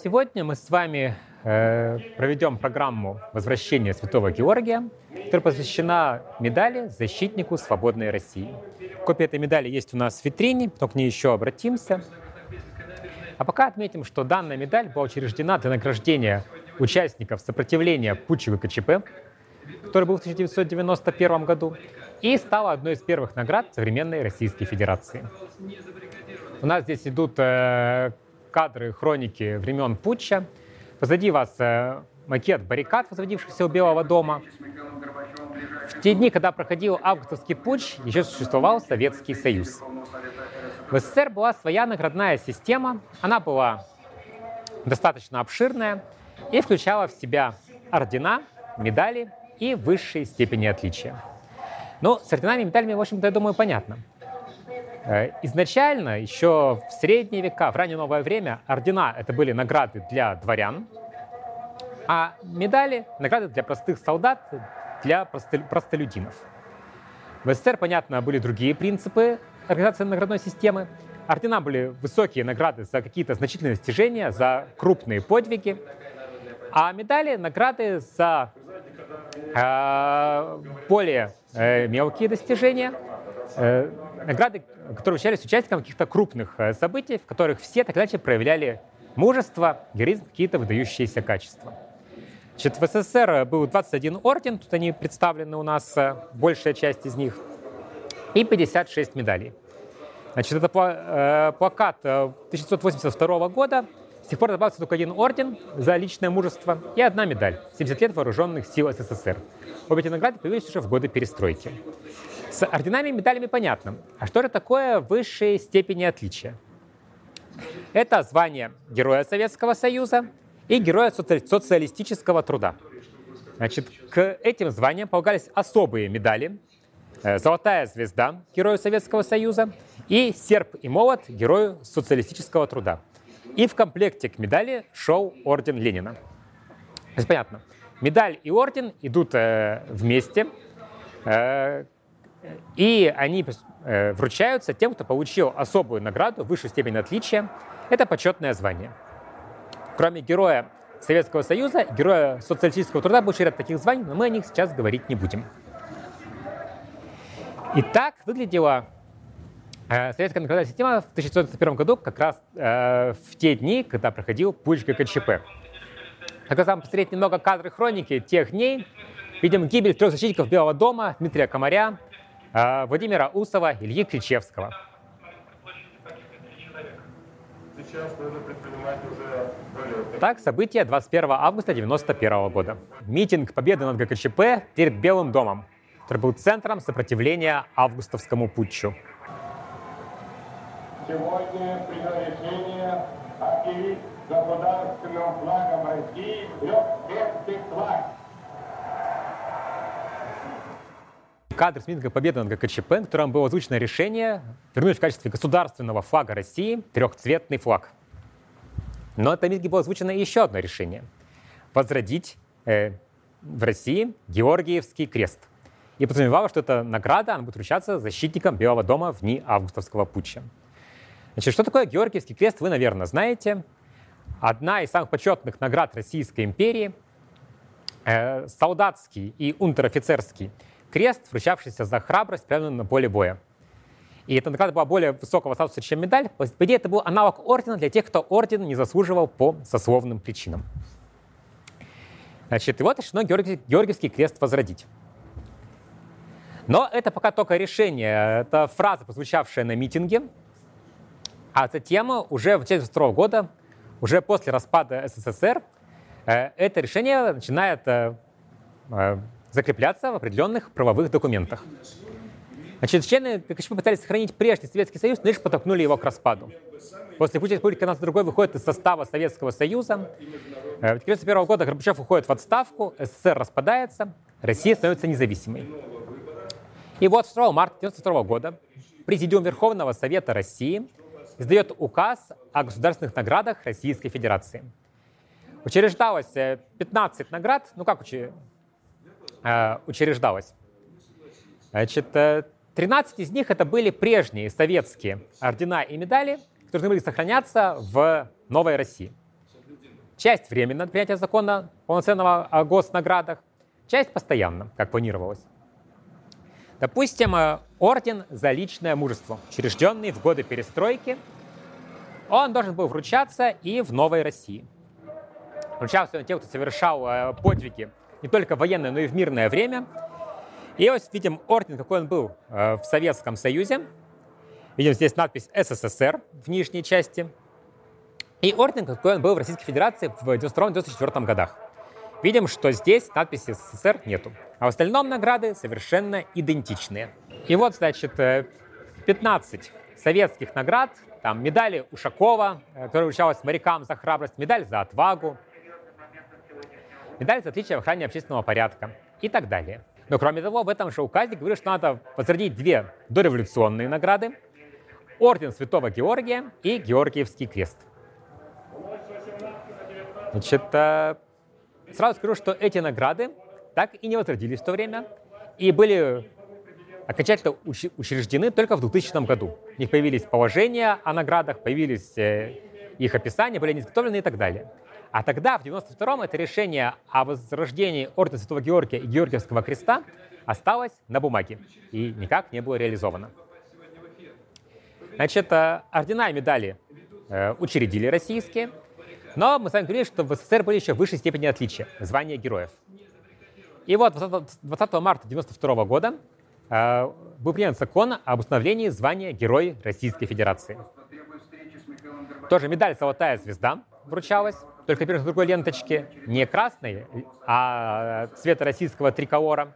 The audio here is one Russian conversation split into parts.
Сегодня мы с вами проведем программу «Возвращение Святого Георгия», которая посвящена медали «Защитнику свободной России». Копия этой медали есть у нас в витрине, потом к ней еще обратимся. А пока отметим, что данная медаль была учреждена для награждения участников сопротивления путчу ГКЧП, который был в 1991 году, и стала одной из первых наград современной Российской Федерации. У нас здесь идут кадры хроники времен путча. Позади вас макет баррикад, возводившихся у Белого дома. В те дни, когда проходил августовский путч, еще существовал Советский Союз. В СССР была своя наградная система. Она была достаточно обширная и включала в себя ордена, медали и высшие степени отличия. Но с орденами и медалями, в общем-то, я думаю, понятно. Изначально, еще в средние века, в раннее новое время, ордена — это были награды для дворян, а медали — награды для простых солдат, для простолюдинов. В СССР, понятно, были другие принципы организации наградной системы. Ордена были высокие награды за какие-то значительные достижения, за крупные подвиги, а медали — награды за более мелкие достижения, награды, которые вручались участникам каких-то крупных событий, в которых все так или иначе проявляли мужество, героизм, какие-то выдающиеся качества. Значит, в СССР был 21 орден, тут они представлены у нас, большая часть из них, и 56 медалей. Значит, это плакат 1982 года. С тех пор добавился только один орден за личное мужество и одна медаль — 70 лет вооруженных сил СССР. Обе эти награды появились уже в годы перестройки. С орденами и медалями понятно. А что же такое высшие степени отличия? Это звание Героя Советского Союза и Героя социалистического труда. Значит, к этим званиям полагались особые медали: Золотая звезда Герою Советского Союза и Серп и молот Герою социалистического труда. И в комплекте к медали шел орден Ленина. То есть понятно, медаль и орден идут вместе, и они вручаются тем, кто получил особую награду, высшую степень отличия. Это почетное звание. Кроме Героя Советского Союза и Героя социалистического труда был еще ряд таких званий, но мы о них сейчас говорить не будем. И так выглядела советская наградная система в 1991 году, как раз в те дни, когда проходил путч ГКЧП. Когда вам посмотреть немного кадры хроники тех дней, видим гибель 3 защитников Белого дома: Дмитрия Комаря, Владимира Усова, Ильи Кричевского. Так, события 21 августа 1991 года. Митинг победы над ГКЧП перед Белым домом, который был центром сопротивления августовскому путчу. Сегодня принято решение объявить государственным флагом России трехцветный флаг. Кадр с митинга победы над ГКЧП, в котором было озвучено решение вернуть в качестве государственного флага России трехцветный флаг. Но на этом митинге было озвучено еще одно решение — возродить в России Георгиевский крест. И подразумевало, что эта награда, она будет вручаться защитникам Белого дома в дни августовского путча. Значит, что такое Георгиевский крест, вы, наверное, знаете. Одна из самых почетных наград Российской империи — солдатский и унтер-офицерский крест, вручавшийся за храбрость, проявленную на поле боя. И эта награда была более высокого статуса, чем медаль. По идее, это был аналог ордена для тех, кто орден не заслуживал по сословным причинам. Значит, и вот решено Георгиевский крест возродить. Но это пока только решение, это фраза, прозвучавшая на митинге. А затем, уже в 1992 года, уже после распада СССР, это решение начинает закрепляться в определенных правовых документах. Значит, члены ГКЧП пытались сохранить прежний Советский Союз, но лишь подтолкнули его к распаду. После путча республика одна за другой выходит из состава Советского Союза. В 1991 года Горбачев уходит в отставку, СССР распадается, Россия становится независимой. И вот 2 марта 1992 года Президиум Верховного Совета России издает указ о государственных наградах Российской Федерации. Учреждалось 15 наград. Ну как учреждалось? Значит, 13 из них это были прежние советские ордена и медали, которые должны были сохраняться в Новой России. Часть временно до принятия закона полноценного о госнаградах, часть постоянно, как планировалось. Допустим, орден за личное мужество, учрежденный в годы перестройки, он должен был вручаться и в Новой России. Вручался он тем, кто совершал подвиги не только в военное, но и в мирное время. И вот видим орден, какой он был в Советском Союзе. Видим здесь надпись «СССР» в нижней части. И орден, какой он был в Российской Федерации в 1992-1994 годах. Видим, что здесь надписи «СССР» нету. А в остальном награды совершенно идентичные. И вот, значит, 15 советских наград. Там медали Ушакова, которая вручалась морякам за храбрость, медаль за отвагу, медаль за отличие в охране общественного порядка и так далее. Но кроме того, в этом же указе говорили, что надо возродить 2 дореволюционные награды: орден Святого Георгия и Георгиевский крест. Значит, сразу скажу, что эти награды так и не возродились в то время и были окончательно учреждены только в 2000 году. У них появились положения о наградах, появились их описания, были они изготовлены и так далее. А тогда, в 1992-м, это решение о возрождении ордена Святого Георгия и Георгиевского креста осталось на бумаге и никак не было реализовано. Значит, ордена и медали учредили российские, но мы с вами говорили, что в СССР были еще в высшей степени отличия — звания героев. И вот 20 марта 1992 года был принят закон об установлении звания Герой Российской Федерации. Тоже медаль «Золотая звезда» вручалась, только теперь на другой ленточке, не красной, а цвета российского триколора.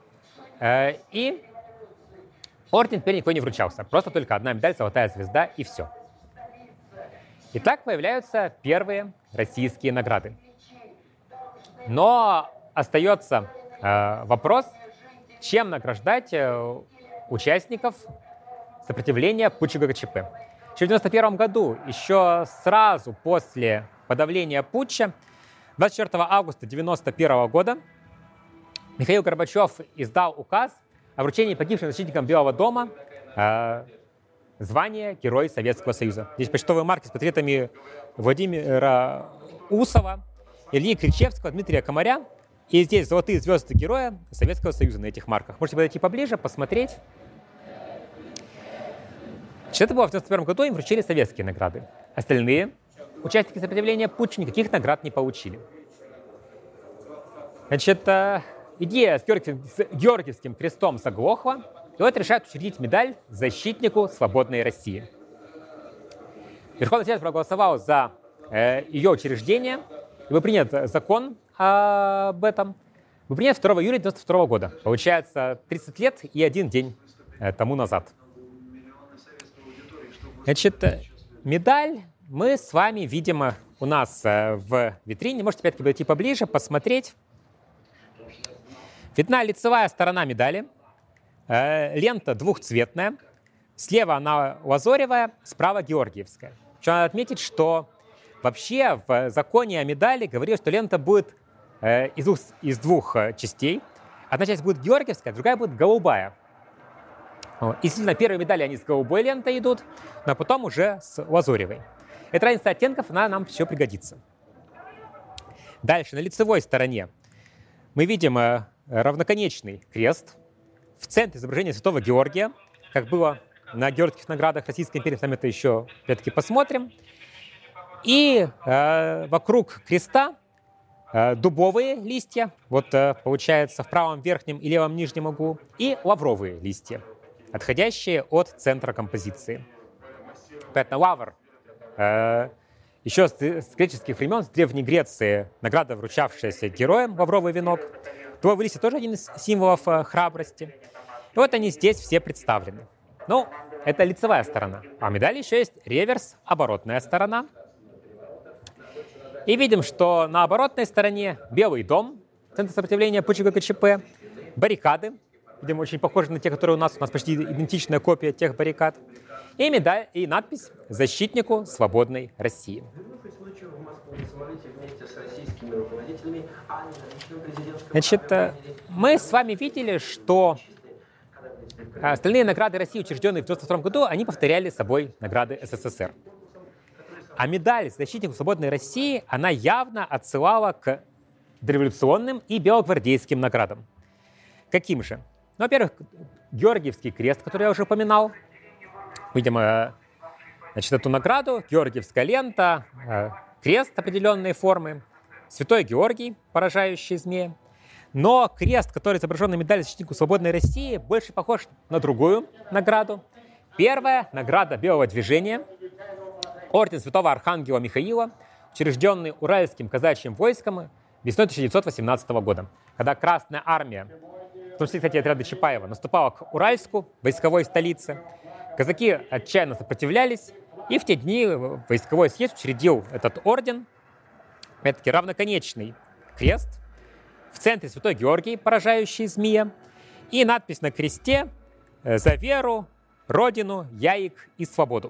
И орден теперь никакой не вручался, просто только одна медаль «Золотая звезда» и все. И так появляются первые российские награды. Но остается вопрос, чем награждать участников сопротивления путчу ГКЧП. Еще в 1991 году, еще сразу после подавления путча, 24 августа 1991 года, Михаил Горбачев издал указ о вручении погибшим защитникам Белого дома звания Герой Советского Союза. Здесь почтовые марки с портретами Владимира Усова, Ильи Кричевского, Дмитрия Комаря. И здесь золотые звезды Героя Советского Союза на этих марках. Можете подойти поближе, посмотреть. Это было в 1991 году, им вручили советские награды. Остальные участники сопротивления путчу никаких наград не получили. Значит, идея с Георгиевским крестом заглохла, и вот решают учредить медаль защитнику свободной России. Верховный Совет проголосовал за ее учреждение, и был принят закон об этом. Был принят 2 июля 1992 года. Получается, 30 лет и 1 день тому назад. Значит, медаль мы с вами видим у нас в витрине. Можете опять-таки подойти поближе, посмотреть. Видна лицевая сторона медали. Лента двухцветная. Слева она лазоревая, справа георгиевская. Еще надо отметить, что вообще в законе о медали говорилось, что лента будет из двух частей. Одна часть будет георгиевская, другая будет голубая. И действительно, первые медали они с голубой лентой идут, но потом уже с лазоревой. Эта разница оттенков, она нам еще пригодится. Дальше, на лицевой стороне мы видим равноконечный крест. В центре изображение Святого Георгия, как было на Георгиевских наградах Российской империи, сами это еще опять-таки посмотрим. И вокруг креста дубовые листья, вот получается в правом верхнем и левом нижнем углу, и лавровые листья, отходящие от центра композиции. Поэтому лавр еще с греческих времен, с Древней Греции, награда, вручавшаяся героям, лавровый венок. Дубовые листья тоже один из символов храбрости. И вот они здесь все представлены. Ну, это лицевая сторона. А у медали еще есть реверс, оборотная сторона. И видим, что на оборотной стороне Белый дом, центр сопротивления путчу ГКЧП, баррикады, видимо, очень похожи на те, которые у нас почти идентичная копия тех баррикад, и медаль, и надпись «Защитнику свободной России». Значит, мы с вами видели, что остальные награды России, учрежденные в 1992 году, они повторяли собой награды СССР. А медаль «Защитнику свободной России» она явно отсылала к дореволюционным и белогвардейским наградам. Каким же? Ну, во-первых, Георгиевский крест, который я уже упоминал. Видимо, значит, эту награду, Георгиевская лента, крест определенной формы, Святой Георгий, поражающий змея. Но крест, который изображен на медали «Защитнику свободной России», больше похож на другую награду. Первая награда белого движения, орден Святого Архангела Михаила, учрежденный Уральским казачьим войском весной 1918 года, когда Красная армия, в том числе, кстати, отряды Чапаева, наступала к Уральску, войсковой столице. Казаки отчаянно сопротивлялись, и в те дни войсковой съезд учредил этот орден, опять-таки равноконечный крест, в центре Святой Георгий, поражающий змея, и надпись на кресте «За веру, Родину, Яик и свободу».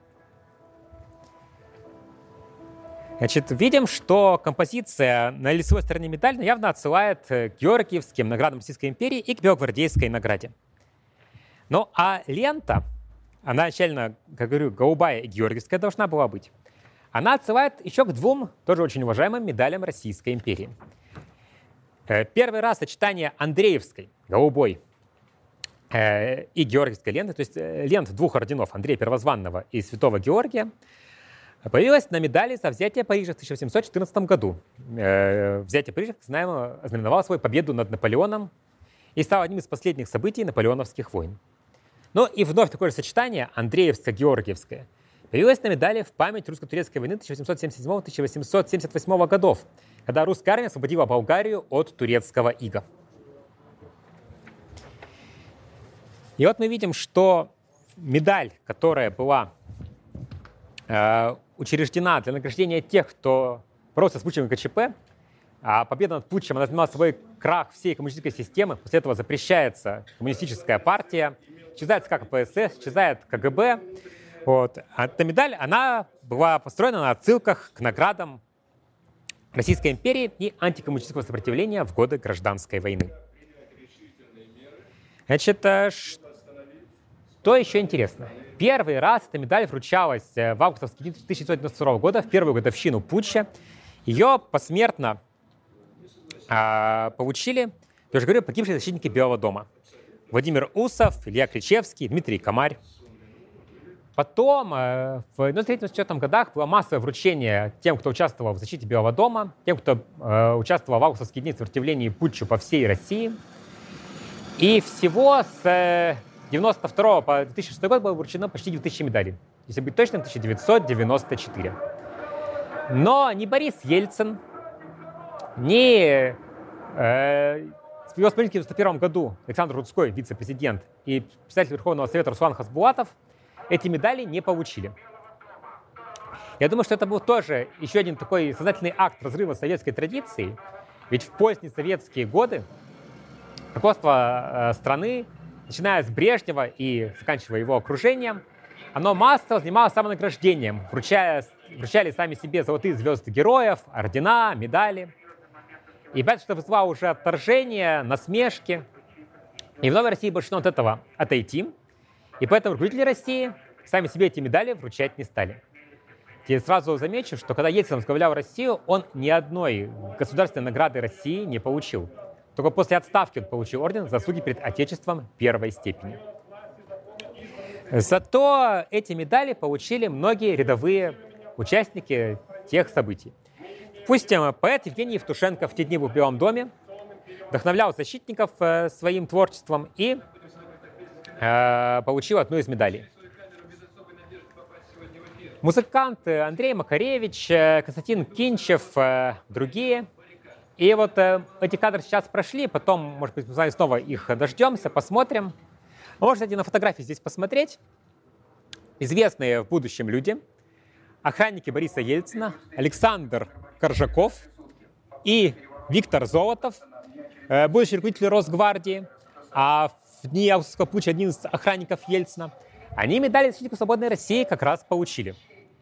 Значит, видим, что композиция на лицевой стороне медали явно отсылает к Георгиевским наградам Российской империи и к белогвардейской награде. Ну а лента, она изначально, как говорю, голубая и георгиевская должна была быть, она отсылает еще к двум тоже очень уважаемым медалям Российской империи. Первый раз сочетание Андреевской, голубой, и георгиевской ленты, то есть лент двух орденов, Андрея Первозванного и Святого Георгия, появилась на медали за взятие Парижа в 1814 году. Взятие Парижа, как знаем, ознаменовало свою победу над Наполеоном и стало одним из последних событий наполеоновских войн. Ну и вновь такое же сочетание, Андреевско-Георгиевское, появилось на медали в память русско-турецкой войны 1877-1878 годов, когда русская армия освободила Болгарию от турецкого ига. И вот мы видим, что медаль, которая была учреждена для награждения тех, кто боролся с путчем и КЧП, а победа над путчем, она знаменовала собой крах всей коммунистической системы, после этого запрещается коммунистическая партия, исчезает СК КПСС, исчезает КГБ. Вот. А эта медаль, она была построена на отсылках к наградам Российской империи и антикоммунистического сопротивления в годы Гражданской войны. Значит, что еще интересно? Первый раз эта медаль вручалась в августовский день 1992 года, в первую годовщину путча. Ее посмертно получили, я уже говорю, погибшие защитники Белого дома. Владимир Усов, Илья Кричевский, Дмитрий Комарь. Потом, в 1993-1994 годах было массовое вручение тем, кто участвовал в защите Белого дома, тем, кто участвовал в августовские дни в сопротивлении путчу по всей России. И всего с 1992 по 2006 год было вручено почти 2000 медалей. Если быть точным, 1994. Но ни Борис Ельцин, ни в его исполнительном 1991 году Александр Рудской, вице-президент, и председатель Верховного Совета Руслан Хасбулатов эти медали не получили. Я думаю, что это был тоже еще один такой сознательный акт разрыва советской традиции. Ведь в поздние советские годы руководство страны, начиная с Брежнева и заканчивая его окружением, оно массово занималось самонаграждением, вручали сами себе золотые звезды героев, ордена, медали. И опять что вызвало уже отторжение, насмешки. И в Новой России было решено от этого отойти. И поэтому руководители России сами себе эти медали вручать не стали. И сразу замечу, что когда Ельцин возглавлял Россию, он ни одной государственной награды России не получил. Только после отставки он получил орден «За заслуги перед Отечеством первой степени». Зато эти медали получили многие рядовые участники тех событий. Допустим, поэт Евгений Евтушенко в те дни был в Белом доме, вдохновлял защитников своим творчеством и получил одну из медалей. Музыканты Андрей Макаревич, Константин Кинчев, другие. И вот эти кадры сейчас прошли, потом, может быть, мы с вами снова их дождемся, посмотрим. Можете, кстати, на фотографии здесь посмотреть. Известные в будущем люди. Охранники Бориса Ельцина, Александр Коржаков и Виктор Золотов, будущий руководитель Росгвардии, а в дни августовского путча один из охранников Ельцина. Они медали «Защитнику свободной России» как раз получили.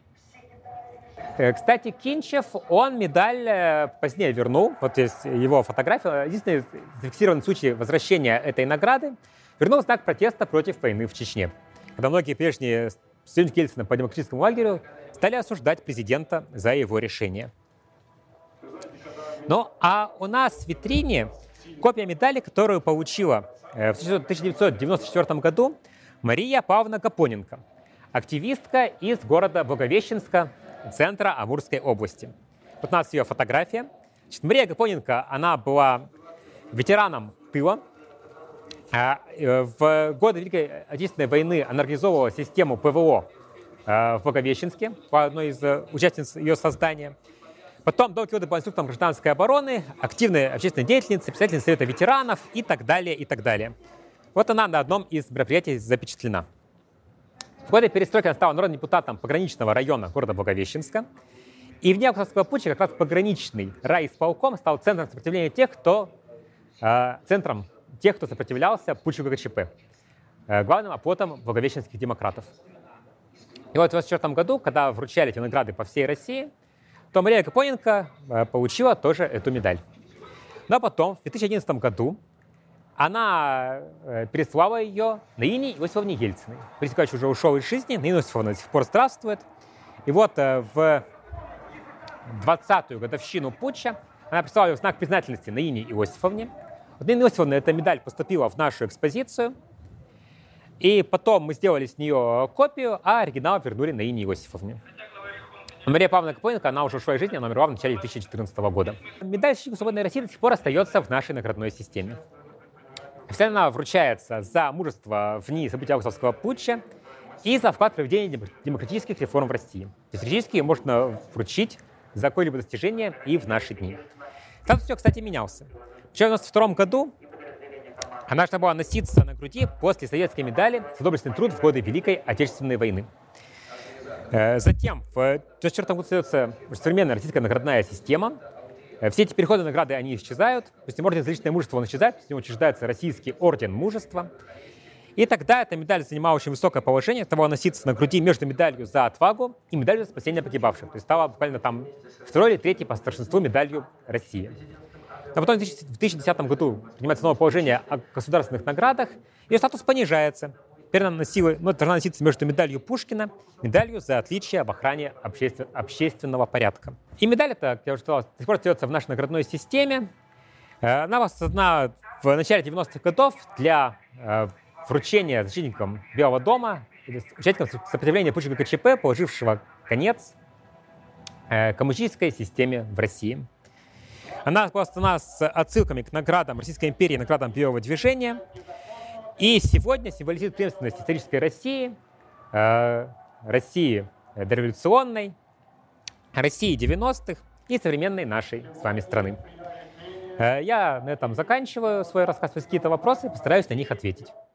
Кстати, Кинчев, он медаль позднее вернул. Вот есть его фотография. Единственный зафиксированный случай возвращения этой награды вернул в знак протеста против войны в Чечне. Когда многие прежние союзники Ельцина по демократическому лагерю стали осуждать президента за его решение. Ну, а у нас в витрине копия медали, которую получила в 1994 году Мария Павловна Гапоненко, активистка из города Благовещенска, центра Амурской области. Вот у нас ее фотография. Значит, Мария Гапоненко, она была ветераном тыла. В годы Великой Отечественной войны она организовывала систему ПВО в Благовещенске, по одной из участниц ее создания. Потом долгие годы была инструктором гражданской обороны, активной общественной деятельницей, председателем Совета ветеранов и так далее, и так далее. Вот она на одном из мероприятий запечатлена. В годы перестройки она стала народным депутатом пограничного района города Благовещенска. И в дни Октябрьского путча как раз пограничный райисполком стал центром сопротивления центром тех, кто сопротивлялся путчу ГКЧП, главным оплотом благовещенских демократов. И вот в 1924 году, когда вручали эти награды по всей России, то Мария Гапоненко получила тоже эту медаль. Но потом, в 2011 году, она переслала ее Наине Иосифовне Ельциной. Борис Николаевич уже ушел из жизни, Наина Иосифовна до сих пор здравствует. И вот в 20-ю годовщину путча она прислала ее в знак признательности Наине Иосифовне. Вот Наина Иосифовна эта медаль поступила в нашу экспозицию. И потом мы сделали с нее копию, а оригинал вернули Наине Иосифовне. Мария Павловна Гапоненко, она уже ушла из жизни, она умерла в начале 2014 года. Медаль «Защитник свободной России» до сих пор остается в нашей наградной системе. Официально она вручается за мужество в дни событий Августовского путча и за вклад в проведение демократических реформ в России. Теоретически ее можно вручить за какое-либо достижение и в наши дни. Статус ее, кстати, менялся. В 1992 году она должна была носиться на груди после советской медали за доблестный труд в годы Великой Отечественной войны. Затем в 1994 году создается современная российская наградная система. Все эти переходы награды, они исчезают. Допустим, орден за личное мужество, он исчезает, с него учреждается российский орден мужества. И тогда эта медаль занимала очень высокое положение, стала носиться на груди между медалью за отвагу и медалью за спасение погибавших. То есть стала буквально там второй или третьей по старшинству медалью России. А потом в 2010 году принимается новое положение о государственных наградах, ее статус понижается. Теперь она должна носиться между медалью Пушкина и медалью за отличие в охране общественного порядка. И медаль эта, как я уже сказал, до сих пор остается в нашей наградной системе. Она была создана в начале 90-х годов для вручения защитникам Белого дома, участникам сопротивления путчу ГКЧП, положившего конец коммунистической системе в России. Она была создана с отсылками к наградам Российской империи, наградам Белого движения. И сегодня символизирует преемственность исторической России, России дореволюционной, России 90-х и современной нашей с вами страны. Я на этом заканчиваю свой рассказ. Если есть какие-то вопросы, постараюсь на них ответить.